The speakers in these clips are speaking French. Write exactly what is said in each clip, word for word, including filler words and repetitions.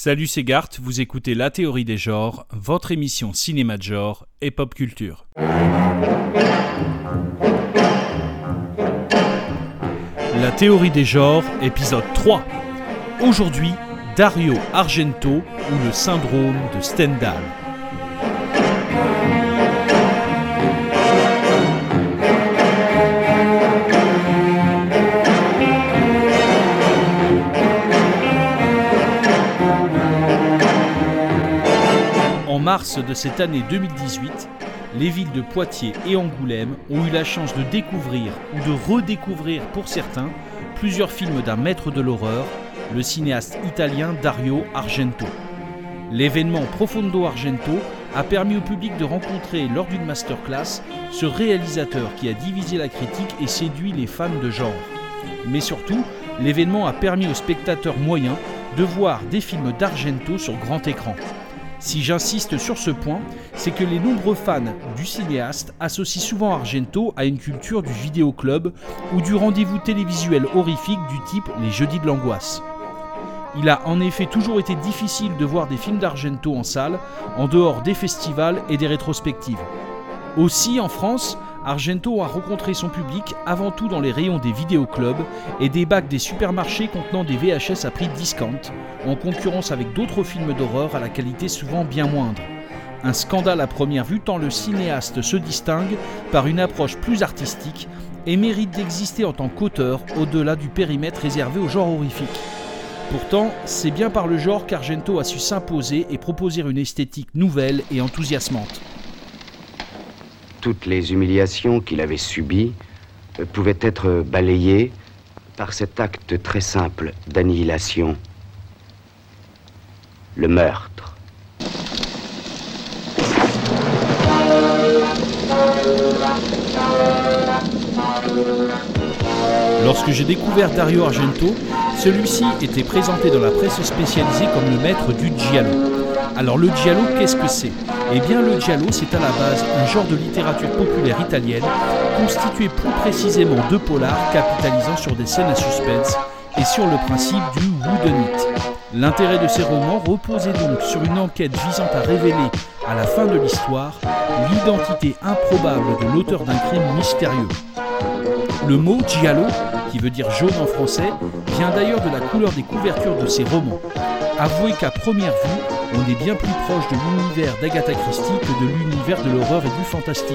Salut, c'est Gart, vous écoutez La Théorie des genres, votre émission cinéma de genre et pop culture. La Théorie des genres, épisode trois. Aujourd'hui, Dario Argento ou le syndrome de Stendhal. En mars de cette année deux mille dix-huit, les villes de Poitiers et Angoulême ont eu la chance de découvrir ou de redécouvrir pour certains plusieurs films d'un maître de l'horreur, le cinéaste italien Dario Argento. L'événement Profondo Argento a permis au public de rencontrer lors d'une masterclass ce réalisateur qui a divisé la critique et séduit les fans de genre. Mais surtout, l'événement a permis aux spectateurs moyens de voir des films d'Argento sur grand écran. Si j'insiste sur ce point, c'est que les nombreux fans du cinéaste associent souvent Argento à une culture du vidéoclub ou du rendez-vous télévisuel horrifique du type Les Jeudis de l'Angoisse. Il a en effet toujours été difficile de voir des films d'Argento en salle, en dehors des festivals et des rétrospectives. Aussi, en France, Argento a rencontré son public avant tout dans les rayons des vidéoclubs et des bacs des supermarchés contenant des V H S à prix discount, en concurrence avec d'autres films d'horreur à la qualité souvent bien moindre. Un scandale à première vue tant le cinéaste se distingue par une approche plus artistique et mérite d'exister en tant qu'auteur au-delà du périmètre réservé au genre horrifique. Pourtant, c'est bien par le genre qu'Argento a su s'imposer et proposer une esthétique nouvelle et enthousiasmante. Toutes les humiliations qu'il avait subies pouvaient être balayées par cet acte très simple d'annihilation, le meurtre. Lorsque j'ai découvert Dario Argento, celui-ci était présenté dans la presse spécialisée comme le maître du giallo. Alors le giallo, qu'est-ce que c'est ? Eh bien le giallo, c'est à la base un genre de littérature populaire italienne, constitué plus précisément de polars capitalisant sur des scènes à suspense et sur le principe du whodunit. L'intérêt de ces romans reposait donc sur une enquête visant à révéler, à la fin de l'histoire, l'identité improbable de l'auteur d'un crime mystérieux. Le mot giallo, qui veut dire jaune en français, vient d'ailleurs de la couleur des couvertures de ces romans. Avouez qu'à première vue, on est bien plus proche de l'univers d'Agatha Christie que de l'univers de l'horreur et du fantastique.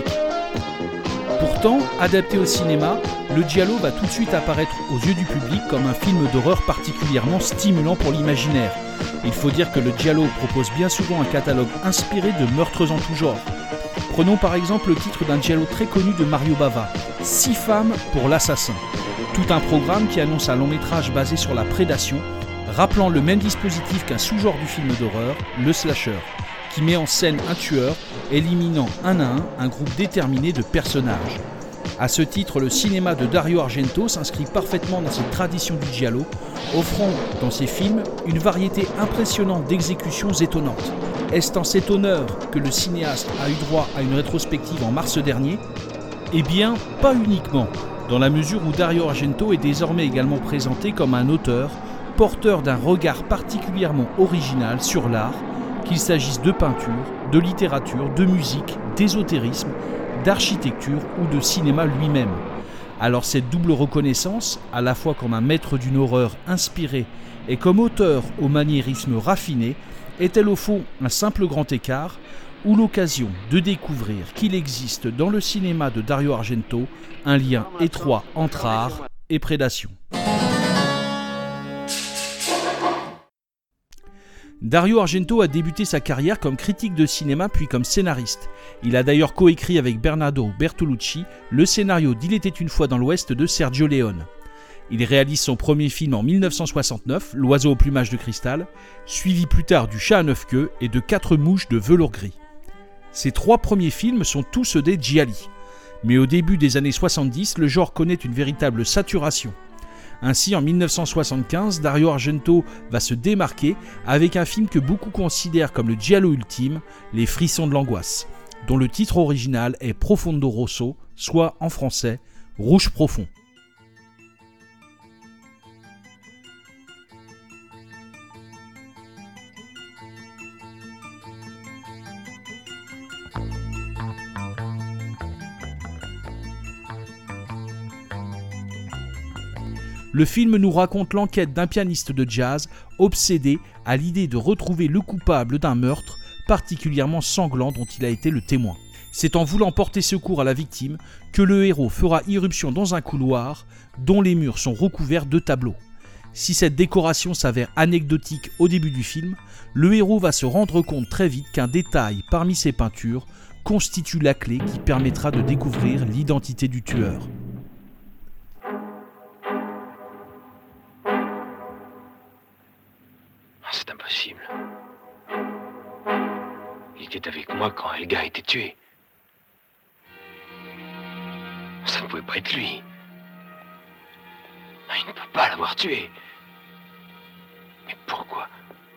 Pourtant, adapté au cinéma, le giallo va tout de suite apparaître aux yeux du public comme un film d'horreur particulièrement stimulant pour l'imaginaire. Il faut dire que le giallo propose bien souvent un catalogue inspiré de meurtres en tout genre. Prenons par exemple le titre d'un giallo très connu de Mario Bava, Six femmes pour l'assassin. Tout un programme qui annonce un long métrage basé sur la prédation, rappelant le même dispositif qu'un sous-genre du film d'horreur, le slasher, qui met en scène un tueur, éliminant un à un un groupe déterminé de personnages. À ce titre, le cinéma de Dario Argento s'inscrit parfaitement dans cette tradition du giallo, offrant dans ses films une variété impressionnante d'exécutions étonnantes. Est-ce en cet honneur que le cinéaste a eu droit à une rétrospective en mars dernier ? Eh bien, pas uniquement, dans la mesure où Dario Argento est désormais également présenté comme un auteur porteur d'un regard particulièrement original sur l'art, qu'il s'agisse de peinture, de littérature, de musique, d'ésotérisme, d'architecture ou de cinéma lui-même. Alors cette double reconnaissance, à la fois comme un maître d'une horreur inspirée et comme auteur au maniérisme raffiné, est-elle au fond un simple grand écart ou l'occasion de découvrir qu'il existe dans le cinéma de Dario Argento un lien étroit entre art et prédation ? Dario Argento a débuté sa carrière comme critique de cinéma puis comme scénariste. Il a d'ailleurs coécrit avec Bernardo Bertolucci le scénario d'Il était une fois dans l'Ouest de Sergio Leone. Il réalise son premier film en dix-neuf cent soixante-neuf, L'oiseau au plumage de cristal, suivi plus tard du Chat à neuf queues et de Quatre mouches de velours gris. Ces trois premiers films sont tous des gialli. Mais au début des années soixante-dix, le genre connaît une véritable saturation. Ainsi, en dix-neuf cent soixante-quinze, Dario Argento va se démarquer avec un film que beaucoup considèrent comme le giallo ultime, Les frissons de l'angoisse, dont le titre original est Profondo Rosso, soit en français Rouge profond. Le film nous raconte l'enquête d'un pianiste de jazz obsédé à l'idée de retrouver le coupable d'un meurtre particulièrement sanglant dont il a été le témoin. C'est en voulant porter secours à la victime que le héros fera irruption dans un couloir dont les murs sont recouverts de tableaux. Si cette décoration s'avère anecdotique au début du film, le héros va se rendre compte très vite qu'un détail parmi ces peintures constitue la clé qui permettra de découvrir l'identité du tueur. C'est impossible. Il était avec moi quand Helga a été tuée. Ça ne pouvait pas être lui. Il ne peut pas l'avoir tué. Mais pourquoi ?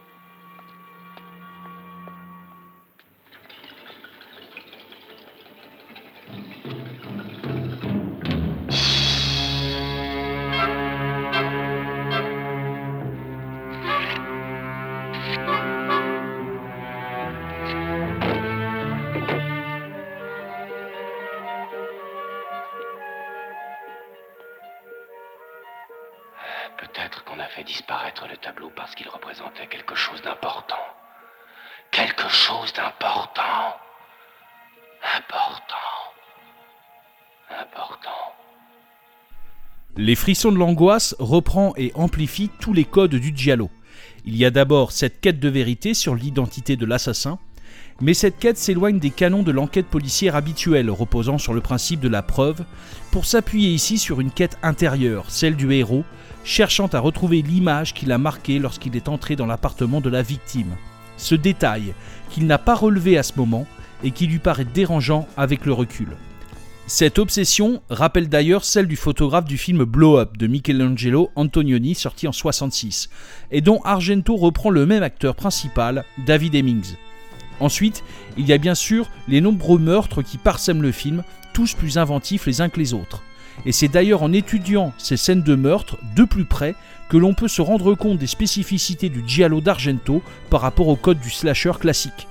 Peut-être qu'on a fait disparaître le tableau parce qu'il représentait quelque chose d'important. Quelque chose d'important. Important. Important. Les frissons de l'angoisse reprend et amplifie tous les codes du giallo. Il y a d'abord cette quête de vérité sur l'identité de l'assassin, mais cette quête s'éloigne des canons de l'enquête policière habituelle, reposant sur le principe de la preuve, pour s'appuyer ici sur une quête intérieure, celle du héros, cherchant à retrouver l'image qu'il a marquée lorsqu'il est entré dans l'appartement de la victime. Ce détail qu'il n'a pas relevé à ce moment et qui lui paraît dérangeant avec le recul. Cette obsession rappelle d'ailleurs celle du photographe du film Blow Up de Michelangelo Antonioni sorti en soixante-six et dont Argento reprend le même acteur principal, David Hemmings. Ensuite, il y a bien sûr les nombreux meurtres qui parsèment le film, tous plus inventifs les uns que les autres. Et c'est d'ailleurs en étudiant ces scènes de meurtre de plus près que l'on peut se rendre compte des spécificités du giallo d'Argento par rapport au code du slasher classique.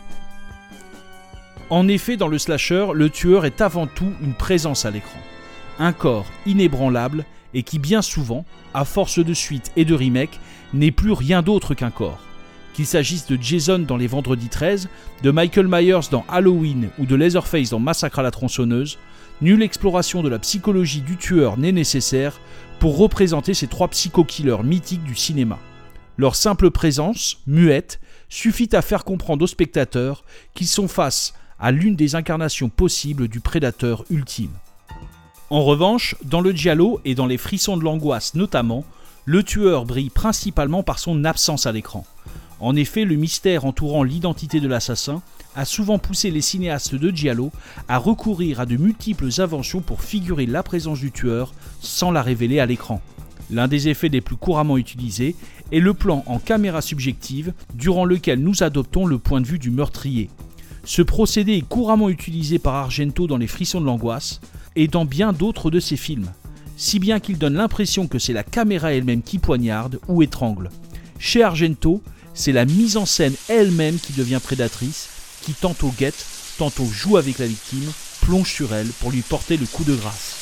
En effet, dans le slasher, le tueur est avant tout une présence à l'écran. Un corps inébranlable et qui bien souvent, à force de suites et de remakes, n'est plus rien d'autre qu'un corps. Qu'il s'agisse de Jason dans Les Vendredis treize, de Michael Myers dans Halloween ou de Leatherface dans Massacre à la tronçonneuse, nulle exploration de la psychologie du tueur n'est nécessaire pour représenter ces trois psycho-killers mythiques du cinéma. Leur simple présence, muette, suffit à faire comprendre aux spectateurs qu'ils sont face à l'une des incarnations possibles du prédateur ultime. En revanche, dans le giallo et dans les frissons de l'angoisse notamment, le tueur brille principalement par son absence à l'écran. En effet, le mystère entourant l'identité de l'assassin a souvent poussé les cinéastes de giallo à recourir à de multiples inventions pour figurer la présence du tueur sans la révéler à l'écran. L'un des effets les plus couramment utilisés est le plan en caméra subjective durant lequel nous adoptons le point de vue du meurtrier. Ce procédé est couramment utilisé par Argento dans Les Frissons de l'angoisse et dans bien d'autres de ses films, si bien qu'il donne l'impression que c'est la caméra elle-même qui poignarde ou étrangle. Chez Argento, c'est la mise en scène elle-même qui devient prédatrice, qui tantôt guette, tantôt joue avec la victime, plonge sur elle pour lui porter le coup de grâce.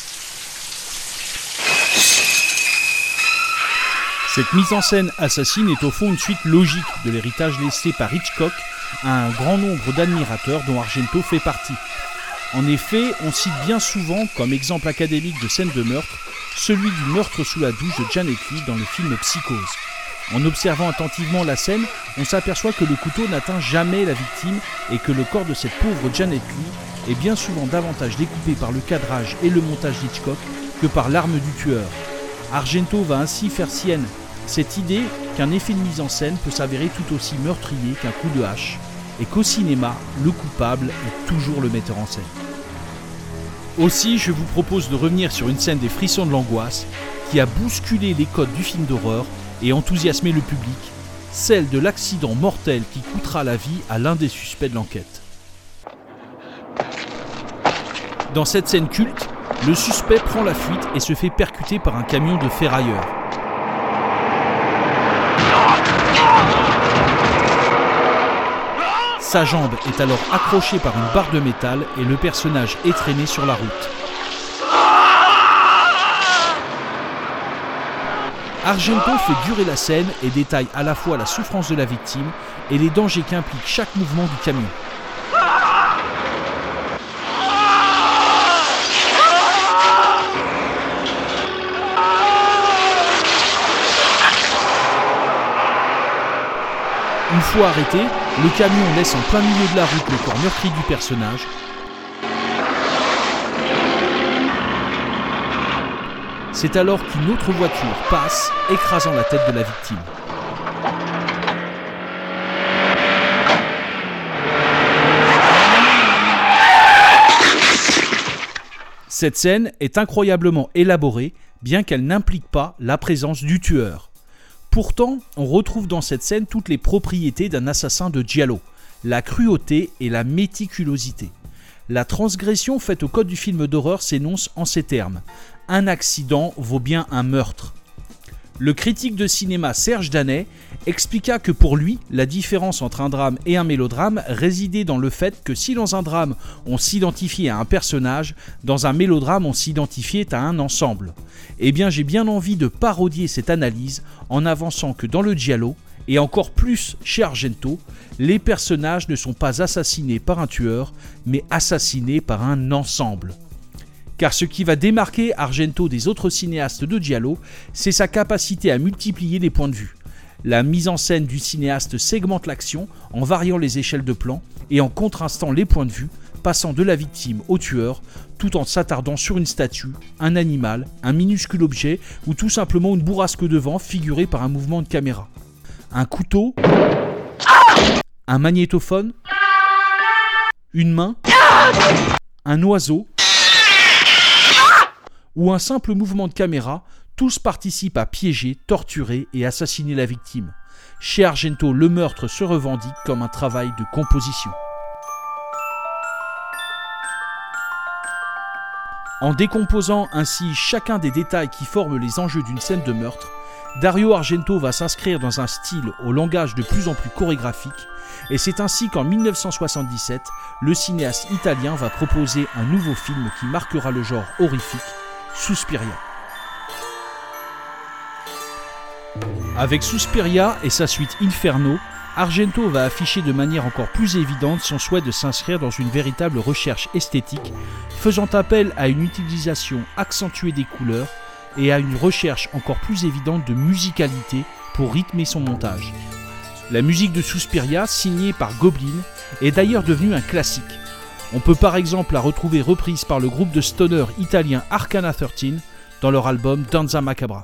Cette mise en scène assassine est au fond une suite logique de l'héritage laissé par Hitchcock à un grand nombre d'admirateurs dont Argento fait partie. En effet, on cite bien souvent, comme exemple académique de scène de meurtre, celui du meurtre sous la douche de Janet Leigh dans le film Psychose. En observant attentivement la scène, on s'aperçoit que le couteau n'atteint jamais la victime et que le corps de cette pauvre Janet Leigh est bien souvent davantage découpé par le cadrage et le montage d'Hitchcock que par l'arme du tueur. Argento va ainsi faire sienne cette idée qu'un effet de mise en scène peut s'avérer tout aussi meurtrier qu'un coup de hache, et qu'au cinéma, le coupable est toujours le metteur en scène. Aussi, je vous propose de revenir sur une scène des Frissons de l'angoisse qui a bousculé les codes du film d'horreur et enthousiasmé le public, celle de l'accident mortel qui coûtera la vie à l'un des suspects de l'enquête. Dans cette scène culte, le suspect prend la fuite et se fait percuter par un camion de ferrailleurs. Sa jambe est alors accrochée par une barre de métal et le personnage est traîné sur la route. Argento fait durer la scène et détaille à la fois la souffrance de la victime et les dangers qu'implique chaque mouvement du camion. Une fois arrêté, le camion laisse en plein milieu de la route le corps meurtri du personnage. C'est alors qu'une autre voiture passe, écrasant la tête de la victime. Cette scène est incroyablement élaborée, bien qu'elle n'implique pas la présence du tueur. Pourtant, on retrouve dans cette scène toutes les propriétés d'un assassin de giallo, la cruauté et la méticulosité. La transgression faite au code du film d'horreur s'énonce en ces termes. Un accident vaut bien un meurtre. Le critique de cinéma Serge Danet expliqua que pour lui, la différence entre un drame et un mélodrame résidait dans le fait que si dans un drame on s'identifiait à un personnage, dans un mélodrame on s'identifiait à un ensemble. Eh bien j'ai bien envie de parodier cette analyse en avançant que dans le giallo, et encore plus chez Argento, les personnages ne sont pas assassinés par un tueur, mais assassinés par un ensemble. Car ce qui va démarquer Argento des autres cinéastes de giallo, c'est sa capacité à multiplier les points de vue. La mise en scène du cinéaste segmente l'action en variant les échelles de plan et en contrastant les points de vue, passant de la victime au tueur, tout en s'attardant sur une statue, un animal, un minuscule objet ou tout simplement une bourrasque de vent figurée par un mouvement de caméra. Un couteau, un magnétophone, une main, un oiseau ou un simple mouvement de caméra, tous participent à piéger, torturer et assassiner la victime. Chez Argento, le meurtre se revendique comme un travail de composition. En décomposant ainsi chacun des détails qui forment les enjeux d'une scène de meurtre, Dario Argento va s'inscrire dans un style au langage de plus en plus chorégraphique, et c'est ainsi qu'en dix-neuf cent soixante-dix-sept, le cinéaste italien va proposer un nouveau film qui marquera le genre horrifique, Suspiria. Avec Suspiria et sa suite Inferno, Argento va afficher de manière encore plus évidente son souhait de s'inscrire dans une véritable recherche esthétique, faisant appel à une utilisation accentuée des couleurs et à une recherche encore plus évidente de musicalité pour rythmer son montage. La musique de Suspiria, signée par Goblin, est d'ailleurs devenue un classique. On peut par exemple la retrouver reprise par le groupe de stoner italien Arcana treize dans leur album Danza Macabra.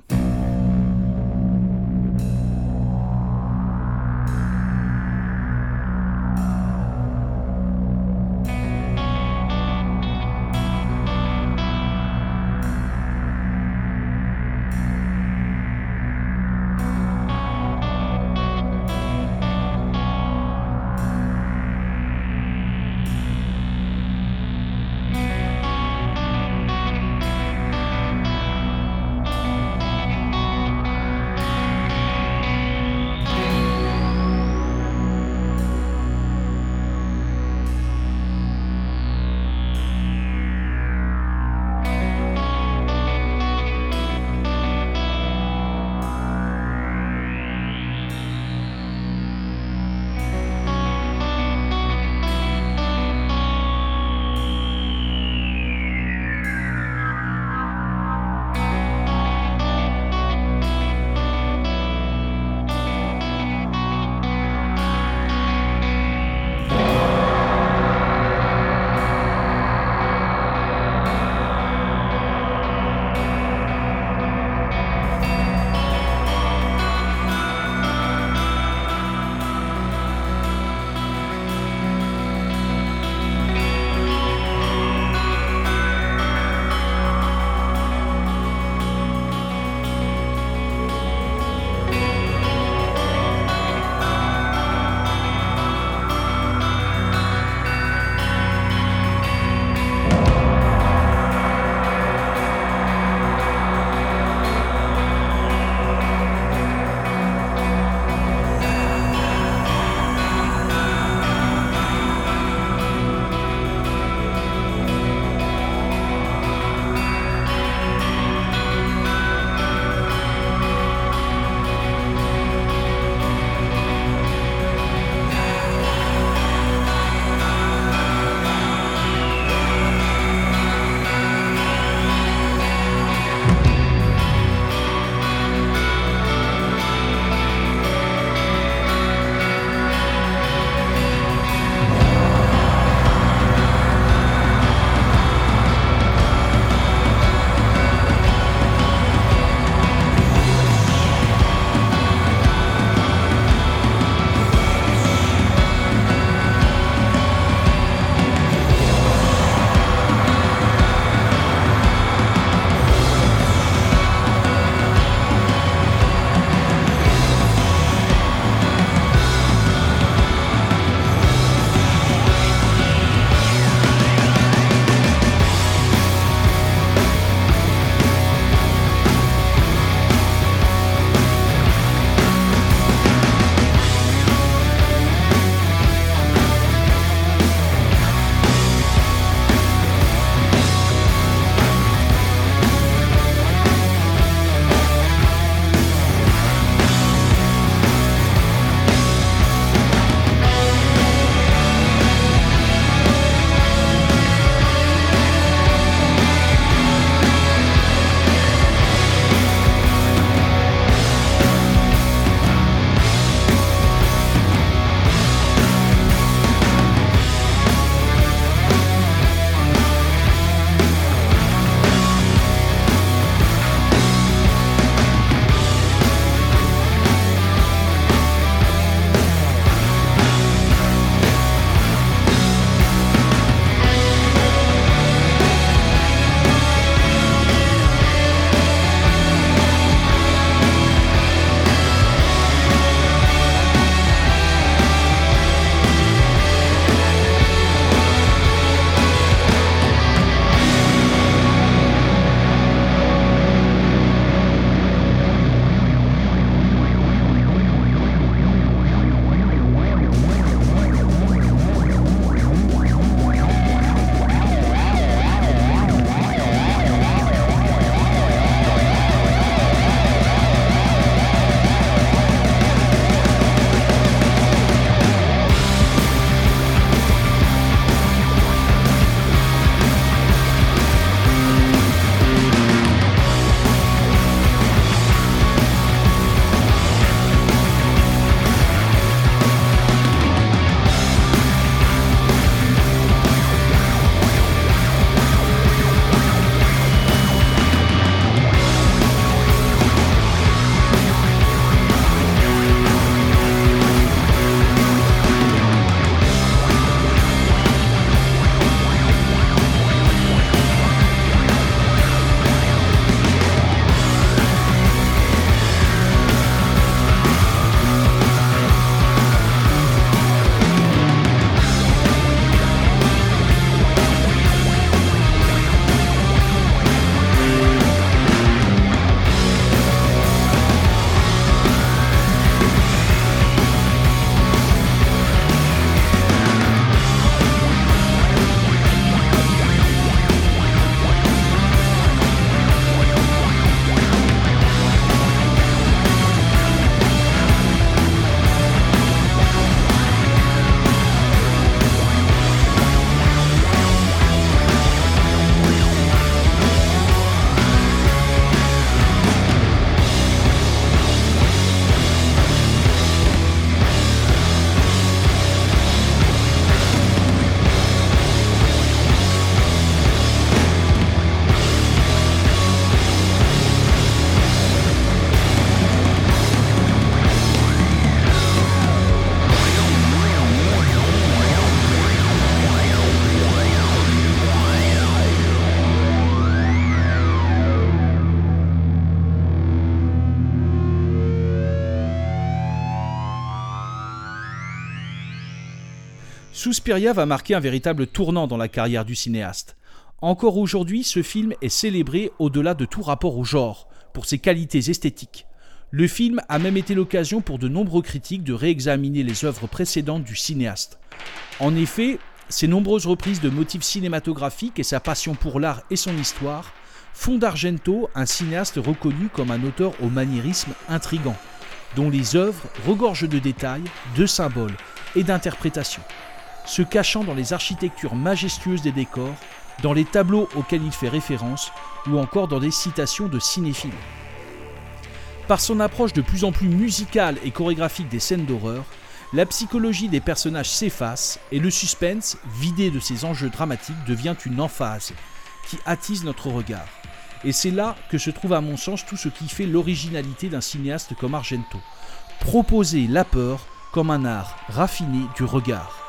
Suspiria va marquer un véritable tournant dans la carrière du cinéaste. Encore aujourd'hui, ce film est célébré au-delà de tout rapport au genre, pour ses qualités esthétiques. Le film a même été l'occasion pour de nombreux critiques de réexaminer les œuvres précédentes du cinéaste. En effet, ses nombreuses reprises de motifs cinématographiques et sa passion pour l'art et son histoire font d'Argento un cinéaste reconnu comme un auteur au maniérisme intrigant, dont les œuvres regorgent de détails, de symboles et d'interprétations, se cachant dans les architectures majestueuses des décors, dans les tableaux auxquels il fait référence ou encore dans des citations de cinéphiles. Par son approche de plus en plus musicale et chorégraphique des scènes d'horreur, la psychologie des personnages s'efface et le suspense, vidé de ses enjeux dramatiques, devient une emphase qui attise notre regard. Et c'est là que se trouve à mon sens tout ce qui fait l'originalité d'un cinéaste comme Argento. Proposer la peur comme un art raffiné du regard.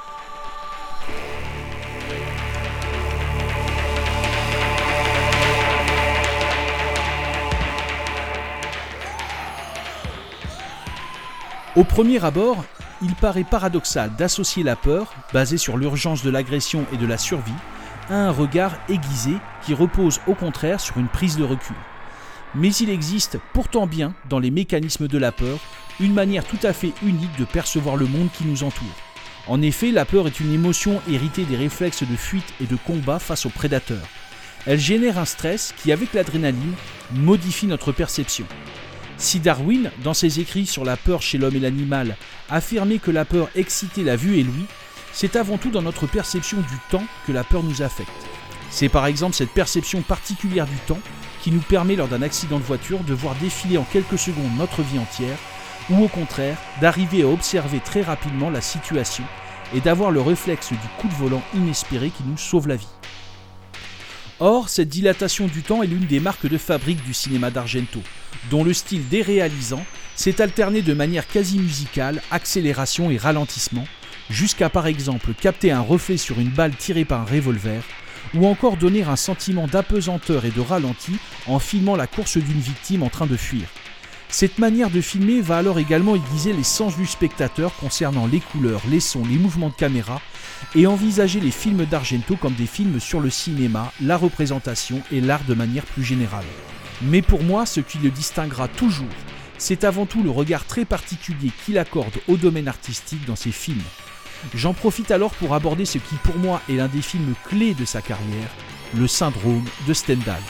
Au premier abord, il paraît paradoxal d'associer la peur, basée sur l'urgence de l'agression et de la survie, à un regard aiguisé qui repose au contraire sur une prise de recul. Mais il existe pourtant bien, dans les mécanismes de la peur, une manière tout à fait unique de percevoir le monde qui nous entoure. En effet, la peur est une émotion héritée des réflexes de fuite et de combat face aux prédateurs. Elle génère un stress qui, avec l'adrénaline, modifie notre perception. Si Darwin, dans ses écrits sur la peur chez l'homme et l'animal, affirmait que la peur excitait la vue et l'ouïe, c'est avant tout dans notre perception du temps que la peur nous affecte. C'est par exemple cette perception particulière du temps qui nous permet lors d'un accident de voiture de voir défiler en quelques secondes notre vie entière, ou au contraire d'arriver à observer très rapidement la situation et d'avoir le réflexe du coup de volant inespéré qui nous sauve la vie. Or, cette dilatation du temps est l'une des marques de fabrique du cinéma d'Argento, dont le style déréalisant s'est alterné de manière quasi musicale, accélération et ralentissement, jusqu'à par exemple capter un reflet sur une balle tirée par un revolver, ou encore donner un sentiment d'apesanteur et de ralenti en filmant la course d'une victime en train de fuir. Cette manière de filmer va alors également aiguiser les sens du spectateur concernant les couleurs, les sons, les mouvements de caméra, et envisager les films d'Argento comme des films sur le cinéma, la représentation et l'art de manière plus générale. Mais pour moi, ce qui le distinguera toujours, c'est avant tout le regard très particulier qu'il accorde au domaine artistique dans ses films. J'en profite alors pour aborder ce qui pour moi est l'un des films clés de sa carrière, le syndrome de Stendhal.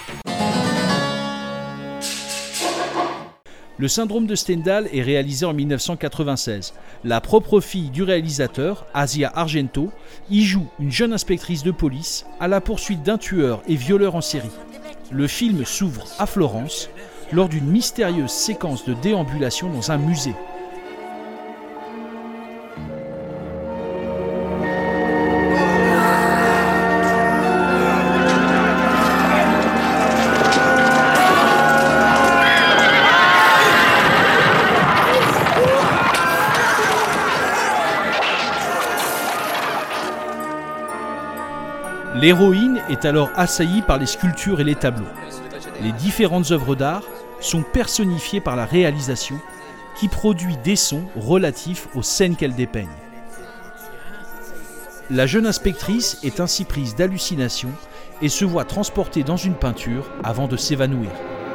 Le syndrome de Stendhal est réalisé en dix-neuf cent quatre-vingt-seize. La propre fille du réalisateur, Asia Argento, y joue une jeune inspectrice de police à la poursuite d'un tueur et violeur en série. Le film s'ouvre à Florence lors d'une mystérieuse séquence de déambulation dans un musée. L'héroïne est alors assaillie par les sculptures et les tableaux. Les différentes œuvres d'art sont personnifiées par la réalisation qui produit des sons relatifs aux scènes qu'elle dépeigne. La jeune inspectrice est ainsi prise d'hallucination et se voit transportée dans une peinture avant de s'évanouir.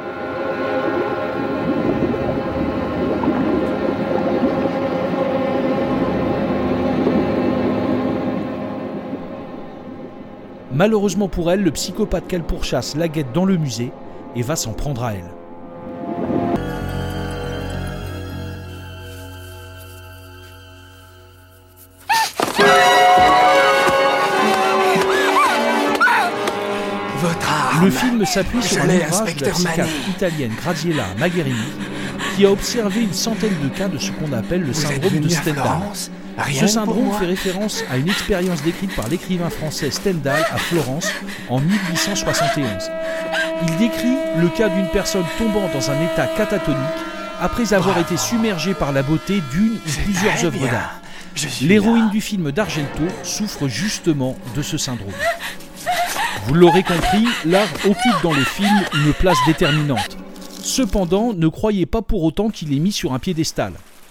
Malheureusement pour elle, le psychopathe qu'elle pourchasse la guette dans le musée et va s'en prendre à elle. Le film s'appuie sur un ouvrage de la psychiatre italienne Graziella Magherini qui a observé une centaine de cas de ce qu'on appelle le syndrome de Stendhal. Ce syndrome fait référence à une expérience décrite par l'écrivain français Stendhal à Florence en mille huit cent soixante et onze. Il décrit le cas d'une personne tombant dans un état catatonique après avoir été submergée par la beauté d'une ou plusieurs œuvres d'art. L'héroïne du film d'Argento souffre justement de ce syndrome. Vous l'aurez compris, l'art occupe dans le film une place déterminante. Cependant, ne croyez pas pour autant qu'il est mis sur un piédestal.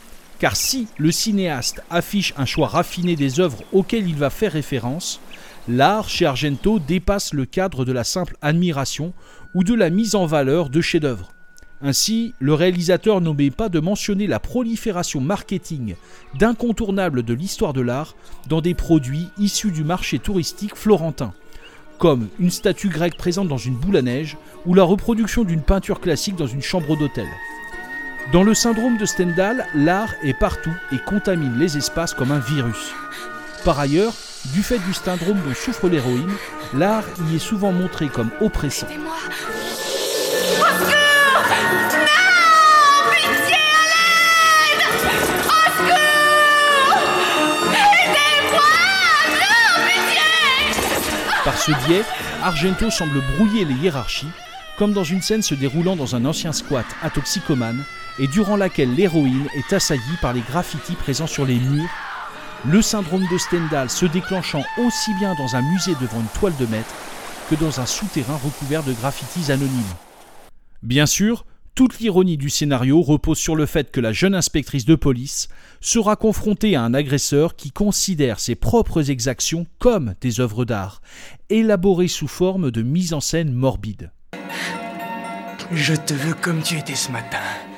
Car si le cinéaste affiche un choix raffiné des œuvres auxquelles il va faire référence, l'art chez Argento dépasse le cadre de la simple admiration ou de la mise en valeur de chefs-d'œuvre. Ainsi, le réalisateur n'omet pas de mentionner la prolifération marketing d'incontournables de l'histoire de l'art dans des produits issus du marché touristique florentin, comme une statue grecque présente dans une boule à neige ou la reproduction d'une peinture classique dans une chambre d'hôtel. Dans le syndrome de Stendhal, l'art est partout et contamine les espaces comme un virus. Par ailleurs, du fait du syndrome dont souffre l'héroïne, l'art y est souvent montré comme oppressant. Aidez-moi. Au secours! Non! Pitié, à l'aide! Au secours! Aidez-moi! Non, pitié! Par ce biais, Argento semble brouiller les hiérarchies, comme dans une scène se déroulant dans un ancien squat à Toxicomane et durant laquelle l'héroïne est assaillie par les graffitis présents sur les murs, le syndrome de Stendhal se déclenchant aussi bien dans un musée devant une toile de maître que dans un souterrain recouvert de graffitis anonymes. Bien sûr, toute l'ironie du scénario repose sur le fait que la jeune inspectrice de police sera confrontée à un agresseur qui considère ses propres exactions comme des œuvres d'art, élaborées sous forme de mise en scène morbide. Je te veux comme tu étais ce matin.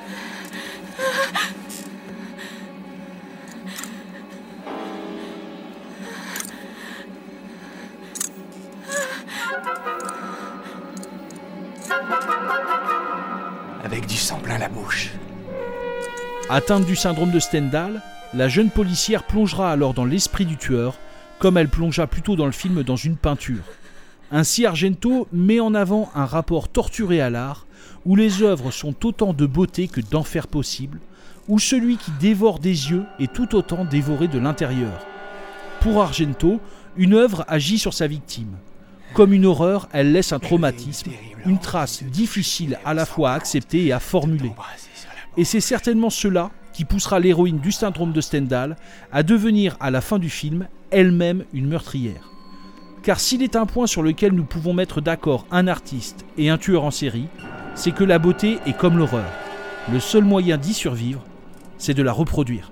Avec du sang plein la bouche. Atteinte du syndrome de Stendhal, la jeune policière plongera alors dans l'esprit du tueur, comme elle plongea plus tôt dans le film dans une peinture. Ainsi, Argento met en avant un rapport torturé à l'art, où les œuvres sont autant de beauté que d'enfer possible, où celui qui dévore des yeux est tout autant dévoré de l'intérieur. Pour Argento, une œuvre agit sur sa victime. Comme une horreur, elle laisse un traumatisme, une trace difficile à la fois à accepter et à formuler. Et c'est certainement cela qui poussera l'héroïne du syndrome de Stendhal à devenir, à la fin du film, elle-même une meurtrière. Car s'il est un point sur lequel nous pouvons mettre d'accord un artiste et un tueur en série, c'est que la beauté est comme l'horreur. Le seul moyen d'y survivre, c'est de la reproduire.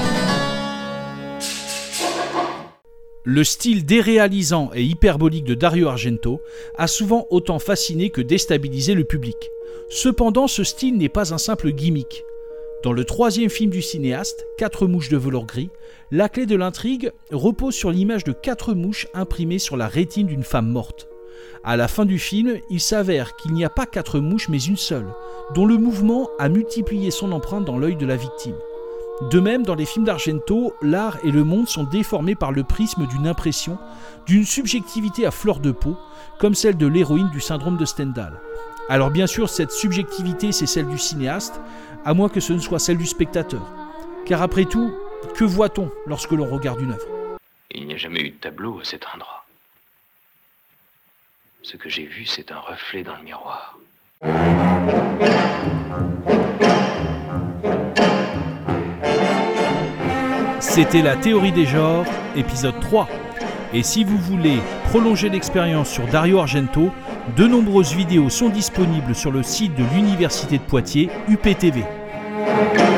Le style déréalisant et hyperbolique de Dario Argento a souvent autant fasciné que déstabilisé le public. Cependant, ce style n'est pas un simple gimmick. Dans le troisième film du cinéaste, Quatre mouches de velours gris, la clé de l'intrigue repose sur l'image de quatre mouches imprimées sur la rétine d'une femme morte. À la fin du film, il s'avère qu'il n'y a pas quatre mouches mais une seule, dont le mouvement a multiplié son empreinte dans l'œil de la victime. De même, dans les films d'Argento, l'art et le monde sont déformés par le prisme d'une impression, d'une subjectivité à fleur de peau, comme celle de l'héroïne du syndrome de Stendhal. Alors bien sûr, cette subjectivité, c'est celle du cinéaste, à moins que ce ne soit celle du spectateur. Car après tout, que voit-on lorsque l'on regarde une œuvre ? Il n'y a jamais eu de tableau à cet endroit. Ce que j'ai vu, c'est un reflet dans le miroir. C'était la théorie des genres, épisode trois. Et si vous voulez prolonger l'expérience sur Dario Argento, de nombreuses vidéos sont disponibles sur le site de l'Université de Poitiers, U P T V.